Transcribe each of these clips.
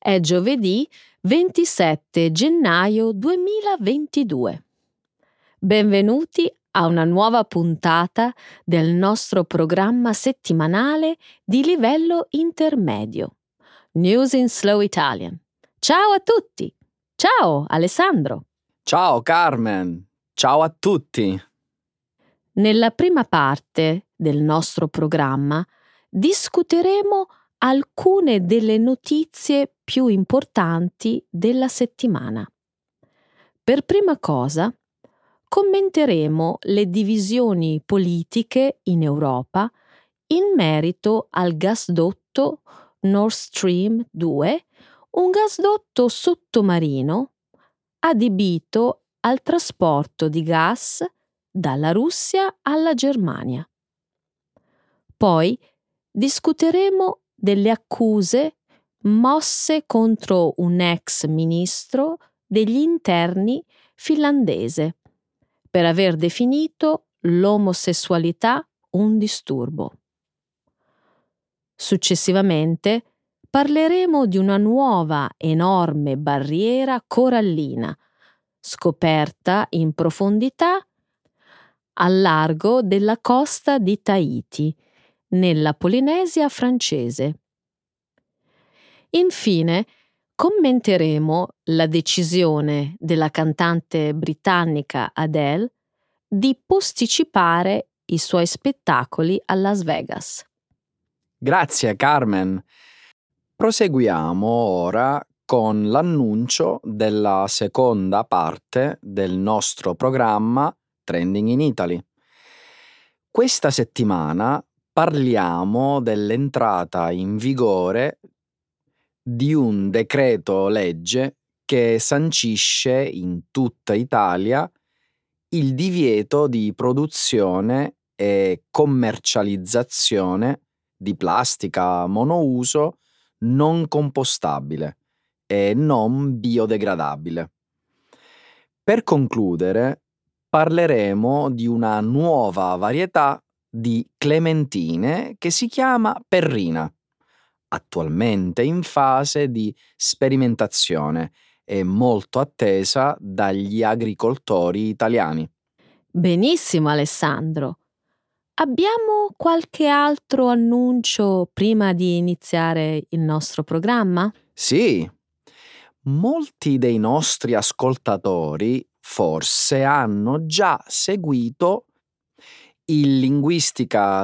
È giovedì 27 gennaio 2022. Benvenuti a una nuova puntata del nostro programma settimanale di livello intermedio, News in Slow Italian. Ciao a tutti! Ciao Alessandro! Ciao Carmen! Ciao a tutti! Nella prima parte del nostro programma discuteremo alcune delle notizie più importanti della settimana. Per prima cosa, commenteremo le divisioni politiche in Europa in merito al gasdotto Nord Stream 2, un gasdotto sottomarino adibito al trasporto di gas dalla Russia alla Germania. Poi discuteremo delle accuse mosse contro un ex ministro degli interni finlandese per aver definito l'omosessualità un disturbo. Successivamente parleremo di una nuova enorme barriera corallina scoperta in profondità al largo della costa di Tahiti, nella Polinesia francese. Infine, commenteremo la decisione della cantante britannica Adele di posticipare i suoi spettacoli a Las Vegas. Grazie Carmen! Proseguiamo ora con l'annuncio della seconda parte del nostro programma Trending in Italy. Questa settimana parliamo dell'entrata in vigore di un decreto legge che sancisce in tutta Italia il divieto di produzione e commercializzazione di plastica monouso non compostabile e non biodegradabile. Per concludere, parleremo di una nuova varietà di clementine che si chiama Perrina, attualmente in fase di sperimentazione e molto attesa dagli agricoltori italiani. Benissimo, Alessandro. Abbiamo qualche altro annuncio prima di iniziare il nostro programma? Sì, molti dei nostri ascoltatori forse hanno già seguito il Linguistica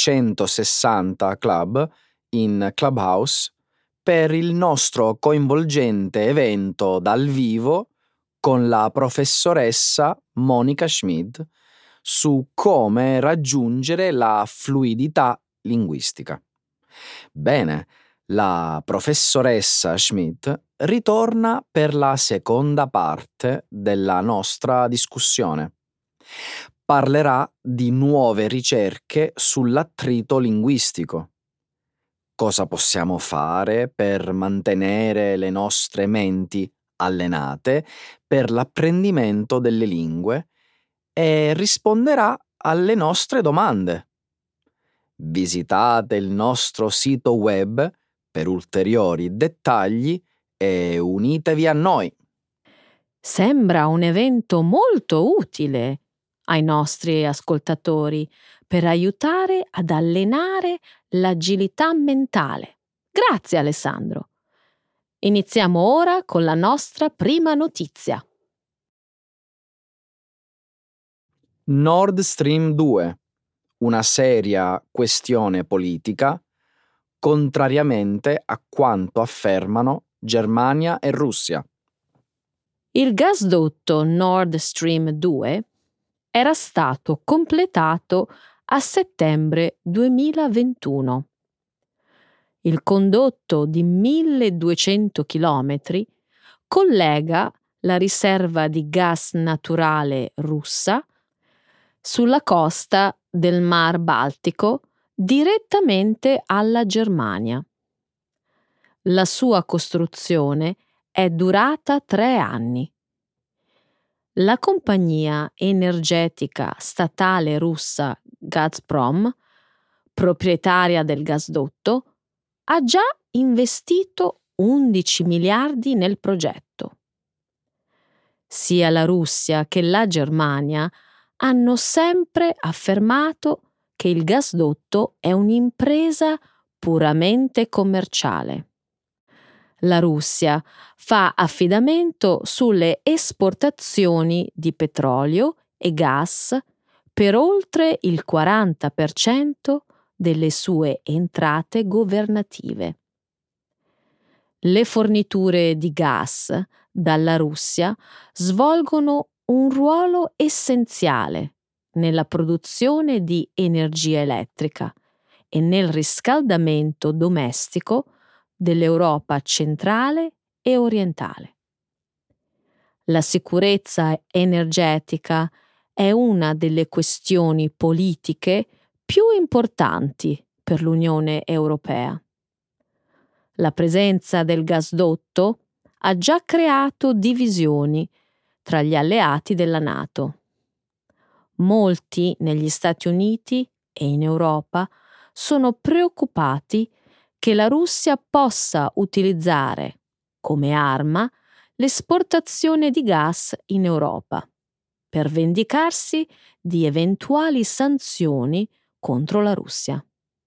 360 Club in Clubhouse per il nostro coinvolgente evento dal vivo con la professoressa Monica Schmid su come raggiungere la fluidità linguistica. Bene, la professoressa Schmidt ritorna per la seconda parte della nostra discussione. Parlerà di nuove ricerche sull'attrito linguistico. Cosa possiamo fare per mantenere le nostre menti allenate per l'apprendimento delle lingue e risponderà alle nostre domande. Visitate il nostro sito web per ulteriori dettagli e unitevi a noi. Sembra un evento molto utile ai nostri ascoltatori per aiutare ad allenare l'agilità mentale. Grazie Alessandro. Iniziamo ora con la nostra prima notizia. Nord Stream 2, una seria questione politica, contrariamente a quanto affermano Germania e Russia. Il gasdotto Nord Stream 2 era stato completato a settembre 2021. Il condotto di 1200 km collega la riserva di gas naturale russa sulla costa del Mar Baltico direttamente alla Germania. La sua costruzione è durata 3 anni. La compagnia energetica statale russa Gazprom, proprietaria del gasdotto, ha già investito 11 miliardi nel progetto. Sia la Russia che la Germania hanno sempre affermato che il gasdotto è un'impresa puramente commerciale. La Russia fa affidamento sulle esportazioni di petrolio e gas per oltre il 40% delle sue entrate governative. Le forniture di gas dalla Russia svolgono un ruolo essenziale nella produzione di energia elettrica e nel riscaldamento domestico dell'Europa centrale e orientale. La sicurezza energetica è una delle questioni politiche più importanti per l'Unione Europea. La presenza del gasdotto ha già creato divisioni tra gli alleati della NATO. Molti negli Stati Uniti e in Europa sono preoccupati che la Russia possa utilizzare come arma l'esportazione di gas in Europa per vendicarsi di eventuali sanzioni contro la Russia.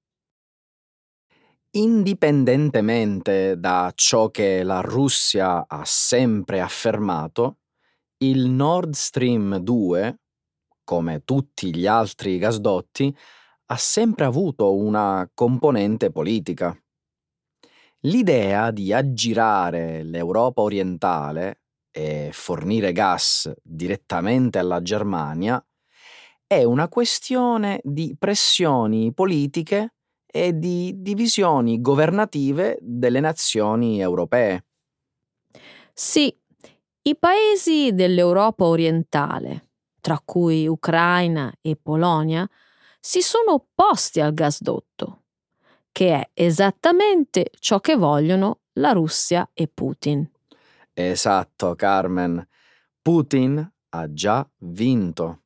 Indipendentemente da ciò che la Russia ha sempre affermato, il Nord Stream 2, come tutti gli altri gasdotti, ha sempre avuto una componente politica. L'idea di aggirare l'Europa orientale e fornire gas direttamente alla Germania è una questione di pressioni politiche e di divisioni governative delle nazioni europee. Sì, i paesi dell'Europa orientale, tra cui Ucraina e Polonia, si sono opposti al gasdotto, che è esattamente ciò che vogliono la Russia e Putin. Esatto, Carmen. Putin ha già vinto.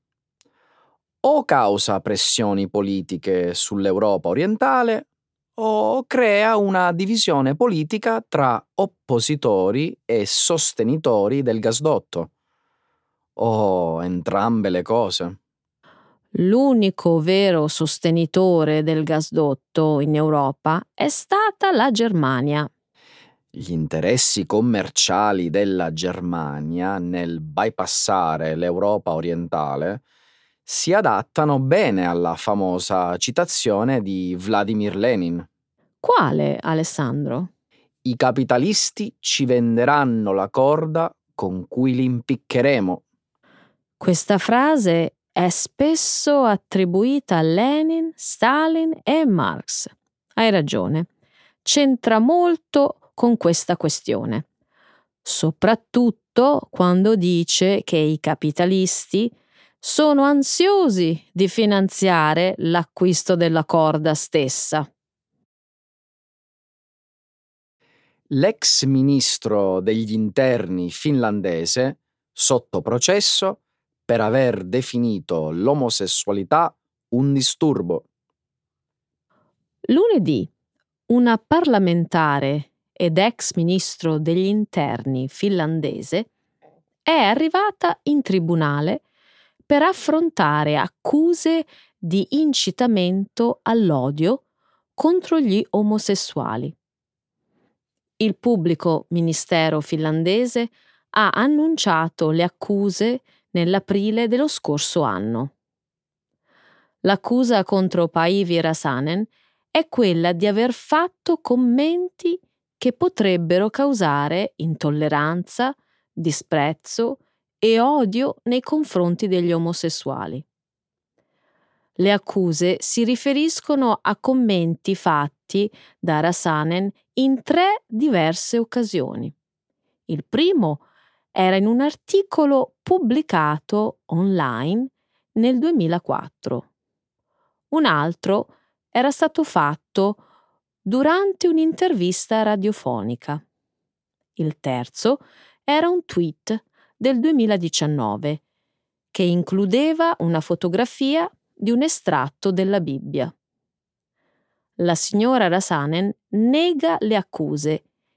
O causa pressioni politiche sull'Europa orientale o crea una divisione politica tra oppositori e sostenitori del gasdotto. O entrambe le cose. L'unico vero sostenitore del gasdotto in Europa è stata la Germania. Gli interessi commerciali della Germania nel bypassare l'Europa orientale si adattano bene alla famosa citazione di Vladimir Lenin. Quale, Alessandro? I capitalisti ci venderanno la corda con cui li impiccheremo. Questa frase è spesso attribuita a Lenin, Stalin e Marx. Hai ragione, c'entra molto con questa questione, soprattutto quando dice che i capitalisti sono ansiosi di finanziare l'acquisto della corda stessa. L'ex ministro degli interni finlandese sotto processo per aver definito l'omosessualità un disturbo. Lunedì, una parlamentare ed ex ministro degli interni finlandese è arrivata in tribunale per affrontare accuse di incitamento all'odio contro gli omosessuali. Il pubblico ministero finlandese ha annunciato le accuse nell'aprile dello scorso anno. L'accusa contro Päivi Räsänen è quella di aver fatto commenti che potrebbero causare intolleranza, disprezzo e odio nei confronti degli omosessuali. Le accuse si riferiscono a commenti fatti da Räsänen in 3 diverse occasioni. Il primo era in un articolo pubblicato online nel 2004. Un altro era stato fatto durante un'intervista radiofonica. Il terzo era un tweet del 2019 che includeva una fotografia di un estratto della Bibbia. La signora Räsänen nega le accuse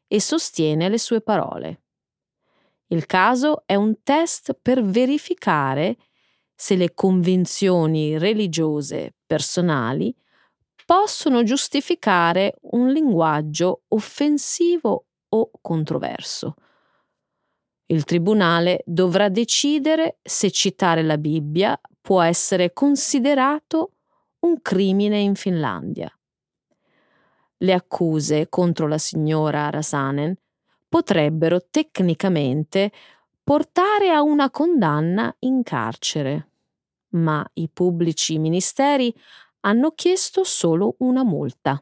e sostiene le sue parole. Il caso è un test per verificare se le convinzioni religiose personali possono giustificare un linguaggio offensivo o controverso. Il tribunale dovrà decidere se citare la Bibbia può essere considerato un crimine in Finlandia. Le accuse contro la signora Räsänen potrebbero tecnicamente portare a una condanna in carcere, ma i pubblici ministeri hanno chiesto solo una multa.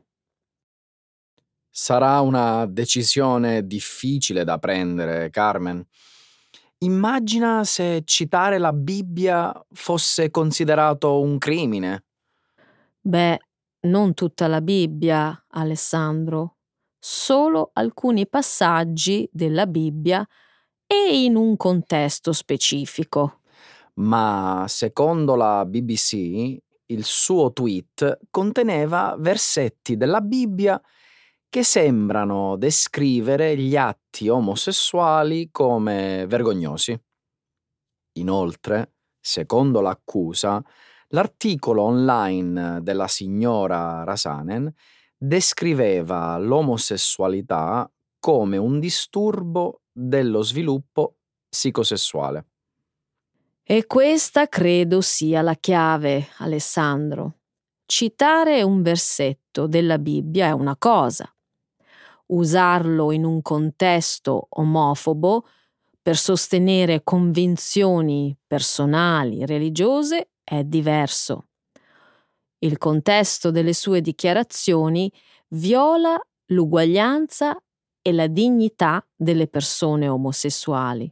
Sarà una decisione difficile da prendere, Carmen. Immagina se citare la Bibbia fosse considerato un crimine. Beh, non tutta la Bibbia, Alessandro, solo alcuni passaggi della Bibbia e in un contesto specifico. Ma secondo la BBC, il suo tweet conteneva versetti della Bibbia che sembrano descrivere gli atti omosessuali come vergognosi. Inoltre, secondo l'accusa, l'articolo online della signora Räsänen descriveva l'omosessualità come un disturbo dello sviluppo psicosessuale. E questa credo sia la chiave, Alessandro. Citare un versetto della Bibbia è una cosa. Usarlo in un contesto omofobo per sostenere convinzioni personali, religiose, è diverso. Il contesto delle sue dichiarazioni viola l'uguaglianza e la dignità delle persone omosessuali.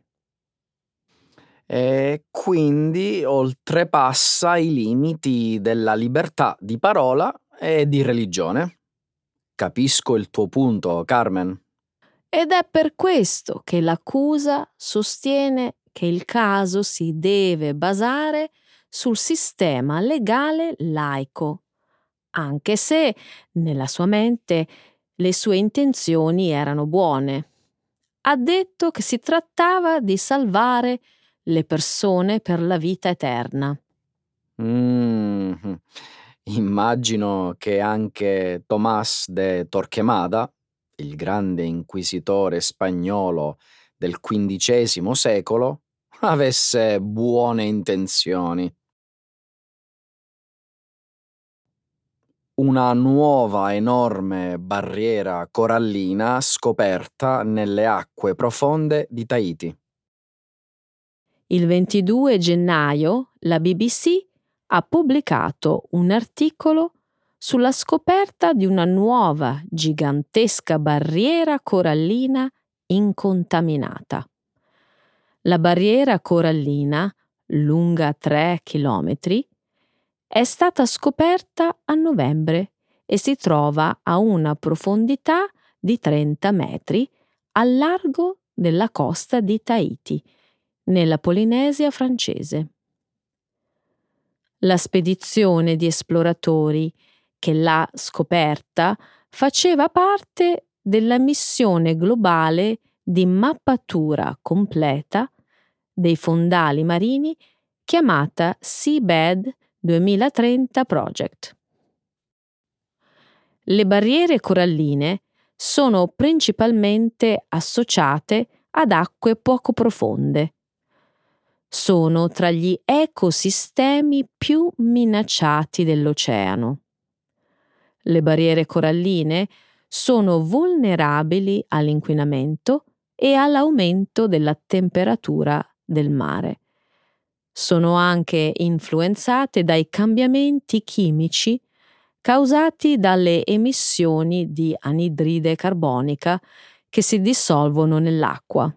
E quindi oltrepassa i limiti della libertà di parola e di religione. Capisco il tuo punto, Carmen. Ed è per questo che l'accusa sostiene che il caso si deve basare sul sistema legale laico, anche se nella sua mente le sue intenzioni erano buone. Ha detto che si trattava di salvare le persone per la vita eterna. Mhm. Immagino che anche Tomás de Torquemada, il grande inquisitore spagnolo del XV secolo, avesse buone intenzioni. Una nuova enorme barriera corallina scoperta nelle acque profonde di Tahiti. Il 22 gennaio la BBC ha pubblicato un articolo sulla scoperta di una nuova gigantesca barriera corallina incontaminata. La barriera corallina, lunga 3 chilometri, è stata scoperta a novembre e si trova a una profondità di 30 metri al largo della costa di Tahiti, nella Polinesia francese. La spedizione di esploratori che l'ha scoperta faceva parte della missione globale di mappatura completa dei fondali marini chiamata Seabed 2030 Project. Le barriere coralline sono principalmente associate ad acque poco profonde. Sono tra gli ecosistemi più minacciati dell'oceano. Le barriere coralline sono vulnerabili all'inquinamento e all'aumento della temperatura del mare. Sono anche influenzate dai cambiamenti chimici causati dalle emissioni di anidride carbonica che si dissolvono nell'acqua.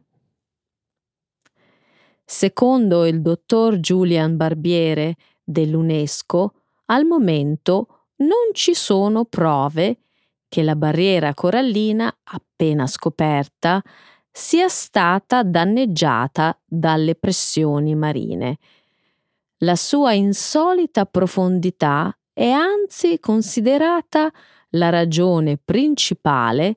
Secondo il dottor Julian Barbiere dell'UNESCO, al momento non ci sono prove che la barriera corallina appena scoperta sia stata danneggiata dalle pressioni marine. La sua insolita profondità è anzi considerata la ragione principale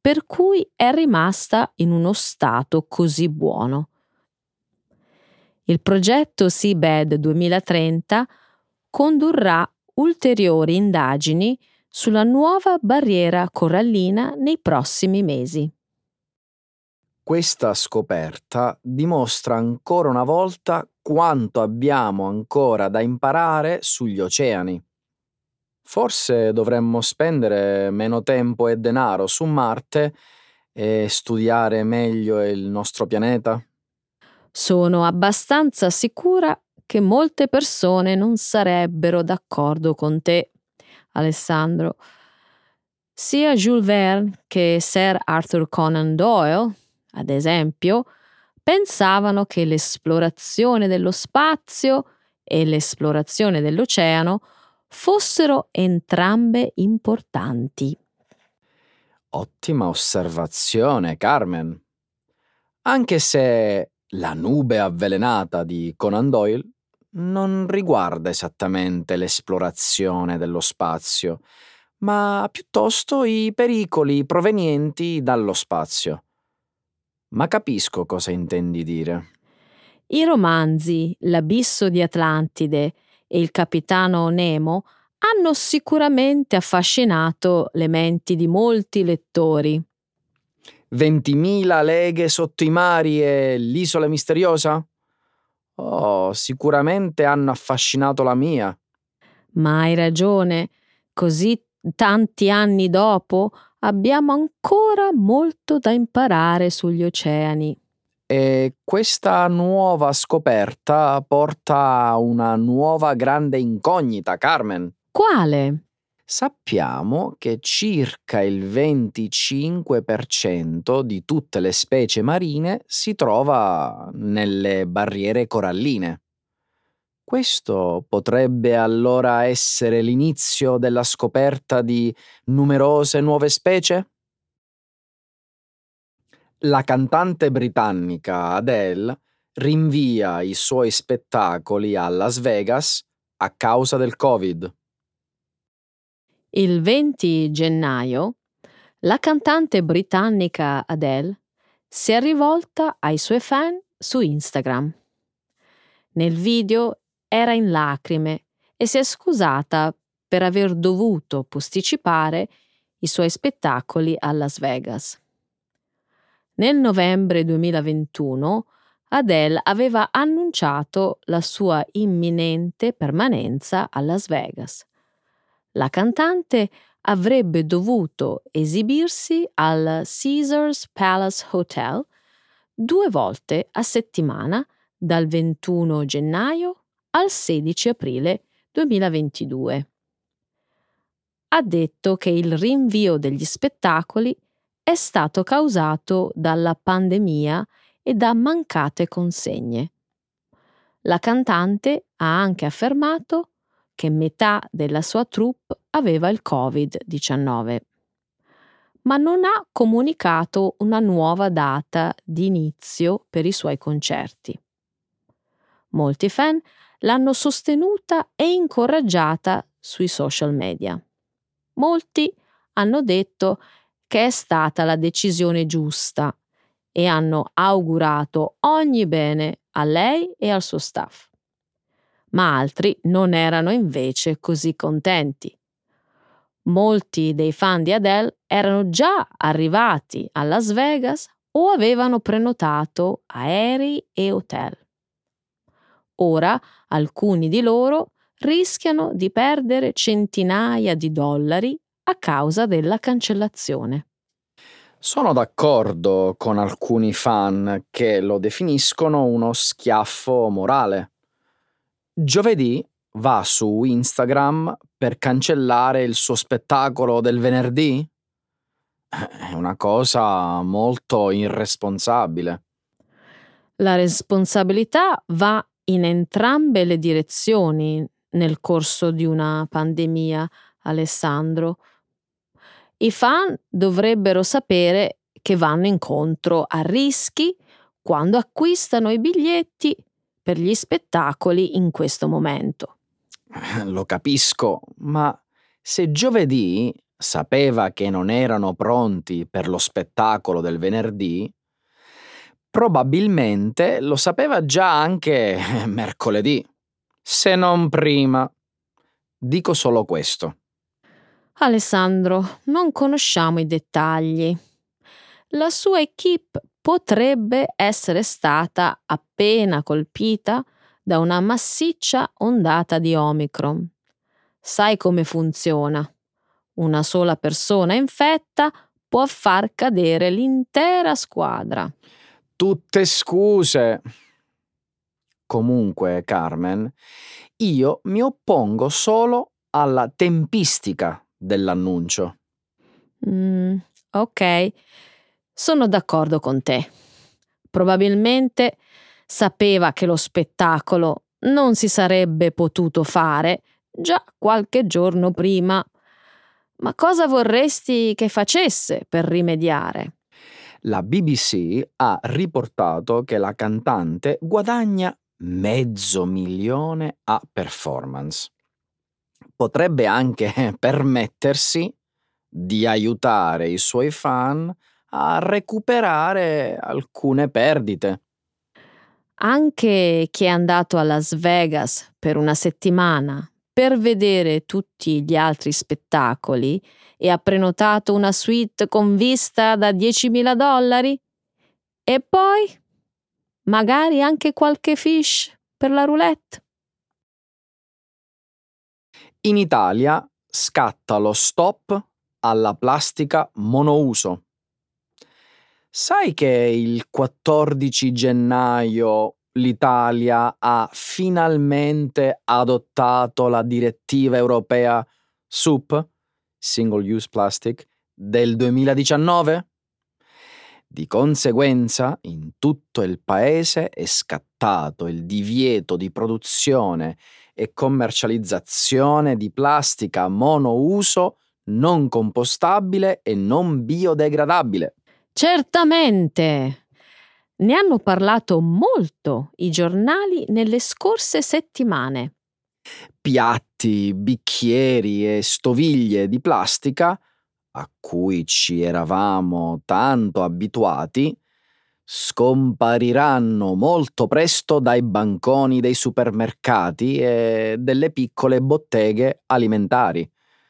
per cui è rimasta in uno stato così buono. Il progetto Seabed 2030 condurrà ulteriori indagini sulla nuova barriera corallina nei prossimi mesi. Questa scoperta dimostra ancora una volta quanto abbiamo ancora da imparare sugli oceani. Forse dovremmo spendere meno tempo e denaro su Marte e studiare meglio il nostro pianeta? Sono abbastanza sicura che molte persone non sarebbero d'accordo con te, Alessandro. Sia Jules Verne che Sir Arthur Conan Doyle, ad esempio, pensavano che l'esplorazione dello spazio e l'esplorazione dell'oceano fossero entrambe importanti. Ottima osservazione, Carmen. Anche se La nube avvelenata di Conan Doyle non riguarda esattamente l'esplorazione dello spazio, ma piuttosto i pericoli provenienti dallo spazio. Ma capisco cosa intendi dire. I romanzi L'abisso di Atlantide e Il capitano Nemo hanno sicuramente affascinato le menti di molti lettori. 20.000 leghe sotto i mari e l'isola misteriosa? Oh, sicuramente hanno affascinato la mia. Ma hai ragione, così tanti anni dopo abbiamo ancora molto da imparare sugli oceani. E questa nuova scoperta porta a una nuova grande incognita, Carmen. Quale? Sappiamo che circa il 25% di tutte le specie marine si trova nelle barriere coralline. Questo potrebbe allora essere l'inizio della scoperta di numerose nuove specie? La cantante britannica Adele rinvia i suoi spettacoli a Las Vegas a causa del Covid. Il 20 gennaio la cantante britannica Adele si è rivolta ai suoi fan su Instagram. Nel video era in lacrime e si è scusata per aver dovuto posticipare i suoi spettacoli a Las Vegas. Nel novembre 2021 Adele aveva annunciato la sua imminente permanenza a Las Vegas. La cantante avrebbe dovuto esibirsi al Caesars Palace Hotel 2 volte a settimana dal 21 gennaio al 16 aprile 2022. Ha detto che il rinvio degli spettacoli è stato causato dalla pandemia e da mancate consegne. La cantante ha anche affermato che metà della sua troupe aveva il Covid-19, ma non ha comunicato una nuova data di inizio per i suoi concerti. Molti fan l'hanno sostenuta e incoraggiata sui social media. Molti hanno detto che è stata la decisione giusta e hanno augurato ogni bene a lei e al suo staff. Ma altri non erano invece così contenti. Molti dei fan di Adele erano già arrivati a Las Vegas o avevano prenotato aerei e hotel. Ora alcuni di loro rischiano di perdere centinaia di dollari a causa della cancellazione. Sono d'accordo con alcuni fan che lo definiscono uno schiaffo morale. Giovedì va su Instagram per cancellare il suo spettacolo del venerdì? È una cosa molto irresponsabile. La responsabilità va in entrambe le direzioni nel corso di una pandemia, Alessandro. I fan dovrebbero sapere che vanno incontro a rischi quando acquistano i biglietti per gli spettacoli in questo momento. Lo capisco, ma se giovedì sapeva che non erano pronti per lo spettacolo del venerdì, probabilmente lo sapeva già anche mercoledì, se non prima. Dico solo questo. Alessandro, non conosciamo i dettagli. La sua equipe potrebbe essere stata appena colpita da una massiccia ondata di Omicron. Sai come funziona? Una sola persona infetta può far cadere l'intera squadra. Tutte scuse. Comunque, Carmen, io mi oppongo solo alla tempistica dell'annuncio. Ok, sono d'accordo con te. Probabilmente sapeva che lo spettacolo non si sarebbe potuto fare già qualche giorno prima. Ma cosa vorresti che facesse per rimediare? La BBC ha riportato che la cantante guadagna $500,000 a performance. Potrebbe anche permettersi di aiutare i suoi fan a recuperare alcune perdite. Anche chi è andato a Las Vegas per una settimana per vedere tutti gli altri spettacoli e ha prenotato una suite con vista da $10.000? E poi magari anche qualche fish per la roulette? In Italia scatta lo stop alla plastica monouso. Sai che il 14 gennaio l'Italia ha finalmente adottato la direttiva europea SUP, Single Use Plastic, del 2019? Di conseguenza, in tutto il paese è scattato il divieto di produzione e commercializzazione di plastica monouso non compostabile e non biodegradabile. Certamente! Ne hanno parlato molto i giornali nelle scorse settimane. Piatti, bicchieri e stoviglie di plastica, a cui ci eravamo tanto abituati, scompariranno molto presto dai banconi dei supermercati e delle piccole botteghe alimentari.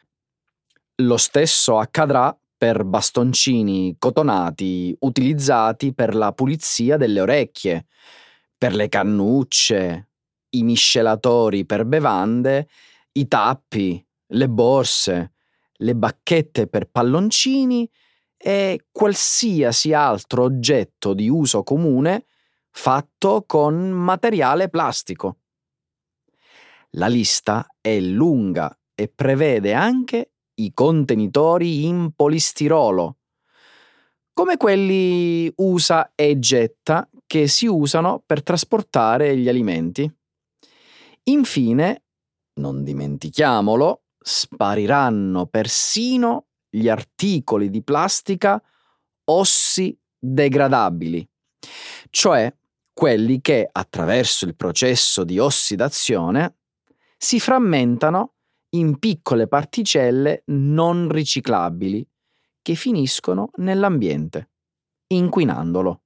Lo stesso accadrà per bastoncini cotonati utilizzati per la pulizia delle orecchie, per le cannucce, i miscelatori per bevande, i tappi, le borse, le bacchette per palloncini e qualsiasi altro oggetto di uso comune fatto con materiale plastico. La lista è lunga e prevede anche i contenitori in polistirolo, come quelli usa e getta che si usano per trasportare gli alimenti. Infine, non dimentichiamolo, spariranno persino gli articoli di plastica ossidegradabili, cioè quelli che attraverso il processo di ossidazione si frammentano in piccole particelle non riciclabili che finiscono nell'ambiente, inquinandolo.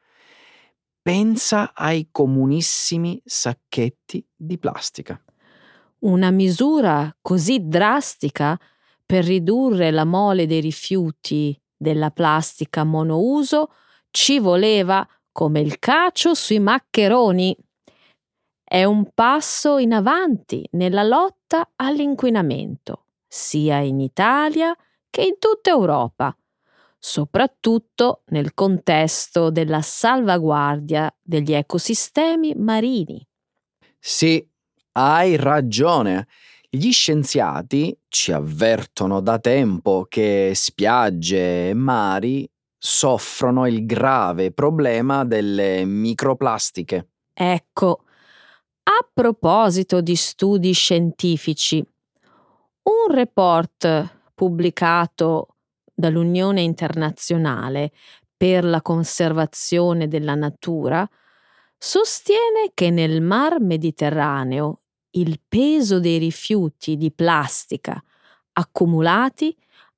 Pensa ai comunissimi sacchetti di plastica. Una misura così drastica per ridurre la mole dei rifiuti della plastica monouso ci voleva come il cacio sui maccheroni. È un passo in avanti nella lotta all'inquinamento, sia in Italia che in tutta Europa, soprattutto nel contesto della salvaguardia degli ecosistemi marini. Sì, hai ragione. Gli scienziati ci avvertono da tempo che spiagge e mari soffrono il grave problema delle microplastiche. Ecco, a proposito di studi scientifici, un report pubblicato dall'Unione Internazionale per la conservazione della natura sostiene che nel Mar Mediterraneo il peso dei rifiuti di plastica accumulati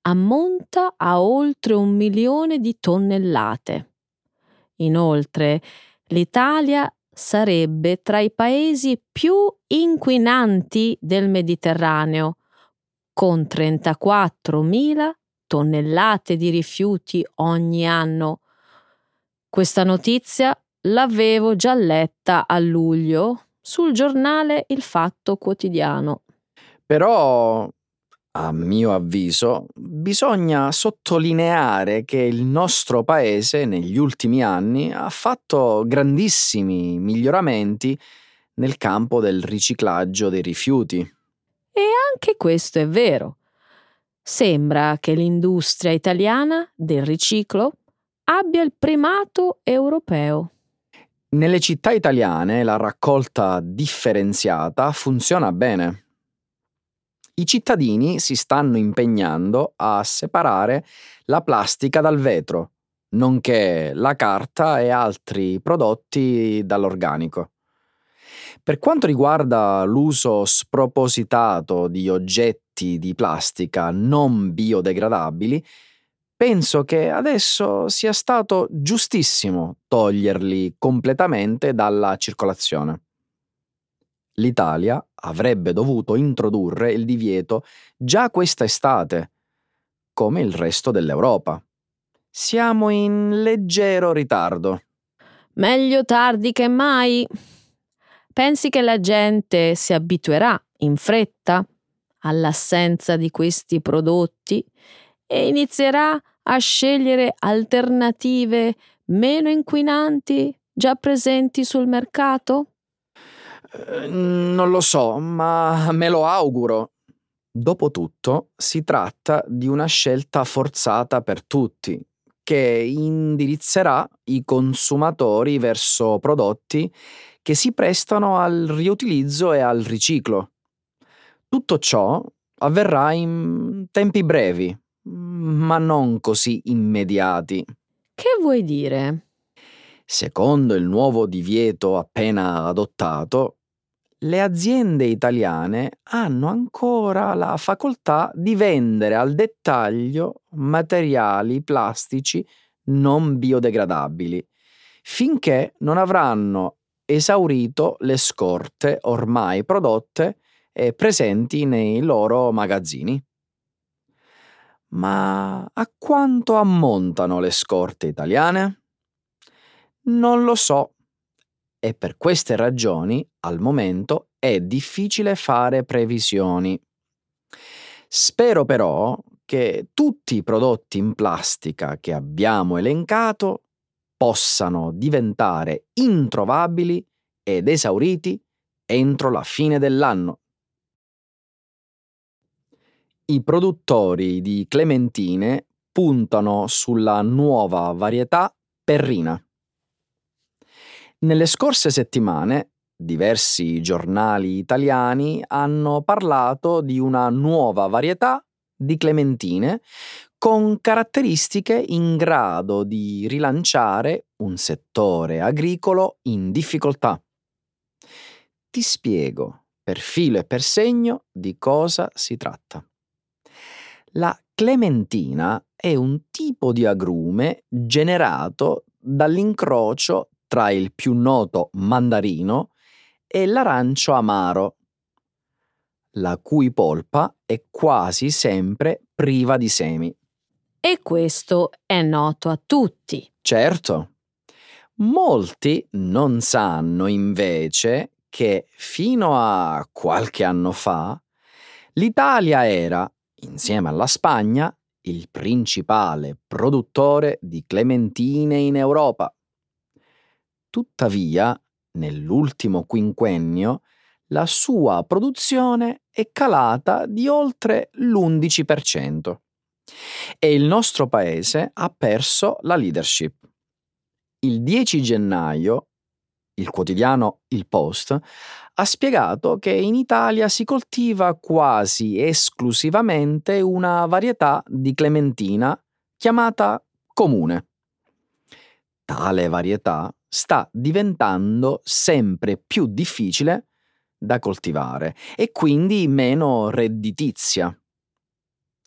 ammonta a oltre 1 milione di tonnellate. Inoltre, l'Italia sarebbe tra i paesi più inquinanti del Mediterraneo, con 34.000 tonnellate di rifiuti ogni anno. Questa notizia l'avevo già letta a luglio sul giornale Il Fatto Quotidiano. Però, a mio avviso, bisogna sottolineare che il nostro paese negli ultimi anni ha fatto grandissimi miglioramenti nel campo del riciclaggio dei rifiuti. E anche questo è vero. Sembra che l'industria italiana del riciclo abbia il primato europeo. Nelle città italiane la raccolta differenziata funziona bene. I cittadini si stanno impegnando a separare la plastica dal vetro, nonché la carta e altri prodotti dall'organico. Per quanto riguarda l'uso spropositato di oggetti di plastica non biodegradabili, penso che adesso sia stato giustissimo toglierli completamente dalla circolazione. L'Italia avrebbe dovuto introdurre il divieto già questa estate, come il resto dell'Europa. Siamo in leggero ritardo. Meglio tardi che mai. Pensi che la gente si abituerà in fretta all'assenza di questi prodotti e inizierà a scegliere alternative meno inquinanti già presenti sul mercato? Non lo so, ma me lo auguro. Dopotutto, si tratta di una scelta forzata per tutti, che indirizzerà i consumatori verso prodotti che si prestano al riutilizzo e al riciclo. Tutto ciò avverrà in tempi brevi, ma non così immediati. Che vuoi dire? Secondo il nuovo divieto appena adottato, le aziende italiane hanno ancora la facoltà di vendere al dettaglio materiali plastici non biodegradabili, finché non avranno esaurito le scorte ormai prodotte e presenti nei loro magazzini. Ma a quanto ammontano le scorte italiane? Non lo so. E per queste ragioni, al momento, è difficile fare previsioni. Spero però che tutti i prodotti in plastica che abbiamo elencato possano diventare introvabili ed esauriti entro la fine dell'anno. I produttori di clementine puntano sulla nuova varietà Perrina. Nelle scorse settimane, diversi giornali italiani hanno parlato di una nuova varietà di clementine con caratteristiche in grado di rilanciare un settore agricolo in difficoltà. Ti spiego per filo e per segno di cosa si tratta. La clementina è un tipo di agrume generato dall'incrocio tra il più noto mandarino e l'arancio amaro, la cui polpa è quasi sempre priva di semi. E questo è noto a tutti. Certo, molti non sanno invece che fino a qualche anno fa l'Italia era, insieme alla Spagna, il principale produttore di clementine in Europa. Tuttavia, nell'ultimo quinquennio, la sua produzione è calata di oltre l'11% e il nostro paese ha perso la leadership. Il 10 gennaio, il quotidiano Il Post ha spiegato che in Italia si coltiva quasi esclusivamente una varietà di clementina chiamata comune. Tale varietà sta diventando sempre più difficile da coltivare e quindi meno redditizia.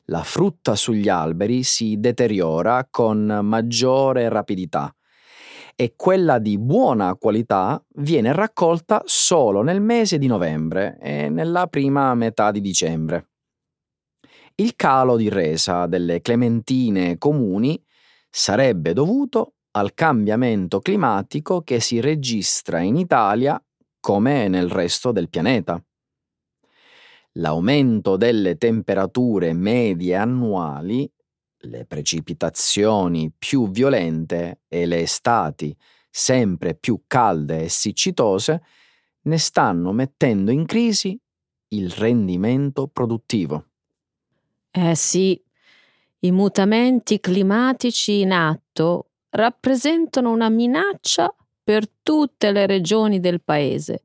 La frutta sugli alberi si deteriora con maggiore rapidità e quella di buona qualità viene raccolta solo nel mese di novembre e nella prima metà di dicembre. Il calo di resa delle clementine comuni sarebbe dovuto al cambiamento climatico che si registra in Italia come nel resto del pianeta. L'aumento delle temperature medie annuali, le precipitazioni più violente e le estati sempre più calde e siccitose ne stanno mettendo in crisi il rendimento produttivo. Eh sì, i mutamenti climatici in atto rappresentano una minaccia per tutte le regioni del paese,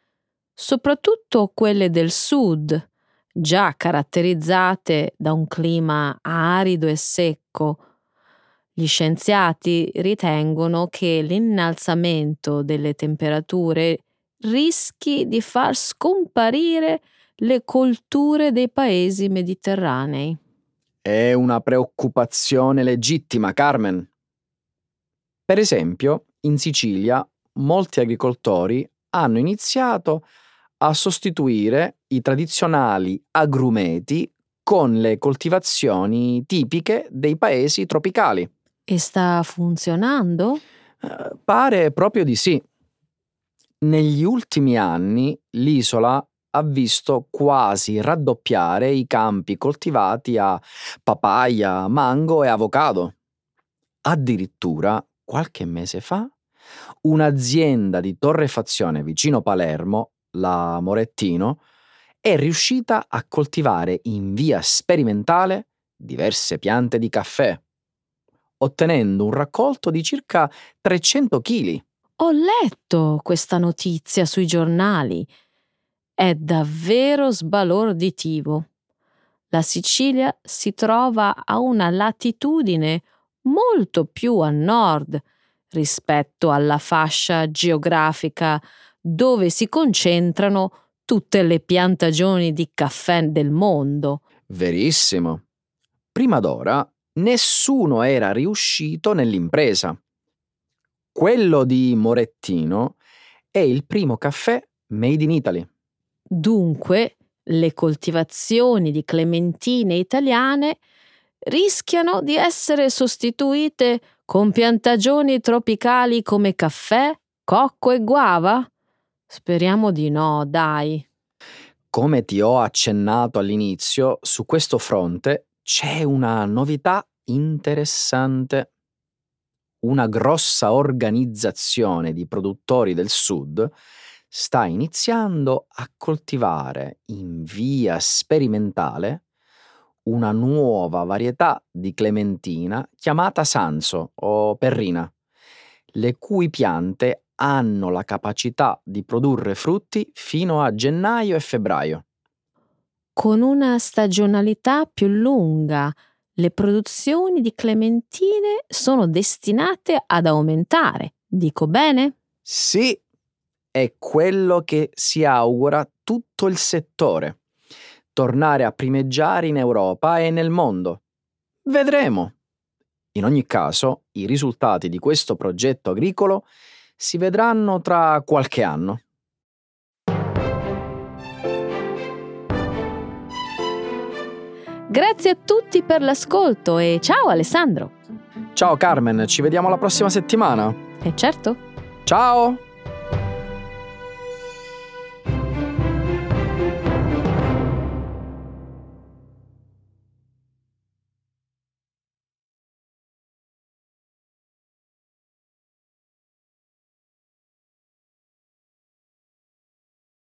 soprattutto quelle del sud, già caratterizzate da un clima arido e secco. Gli scienziati ritengono che l'innalzamento delle temperature rischi di far scomparire le colture dei paesi mediterranei. È una preoccupazione legittima, Carmen. Per esempio, in Sicilia molti agricoltori hanno iniziato a sostituire i tradizionali agrumeti con le coltivazioni tipiche dei paesi tropicali. E sta funzionando? Pare proprio di sì. Negli ultimi anni l'isola ha visto quasi raddoppiare i campi coltivati a papaya, mango e avocado. Addirittura, qualche mese fa, un'azienda di torrefazione vicino Palermo, la Morettino, è riuscita a coltivare in via sperimentale diverse piante di caffè, ottenendo un raccolto di circa 300 kg. Ho letto questa notizia sui giornali. È davvero sbalorditivo. La Sicilia si trova a una latitudine molto più a nord rispetto alla fascia geografica dove si concentrano tutte le piantagioni di caffè del mondo. Verissimo. Prima d'ora nessuno era riuscito nell'impresa. Quello di Morettino è il primo caffè made in Italy. Dunque, le coltivazioni di clementine italiane rischiano di essere sostituite con piantagioni tropicali come caffè, cocco e guava? Speriamo di no, dai. Come ti ho accennato all'inizio, su questo fronte c'è una novità interessante. Una grossa organizzazione di produttori del sud sta iniziando a coltivare in via sperimentale una nuova varietà di clementina chiamata Sanso o Perrina, le cui piante hanno la capacità di produrre frutti fino a gennaio e febbraio. Con una stagionalità più lunga, le produzioni di clementine sono destinate ad aumentare. Dico bene? Sì, è quello che si augura tutto il settore. Tornare a primeggiare in Europa e nel mondo. Vedremo. In ogni caso, i risultati di questo progetto agricolo si vedranno tra qualche anno. Grazie a tutti per l'ascolto e ciao Alessandro. Ciao Carmen, ci vediamo la prossima settimana. E certo. Ciao!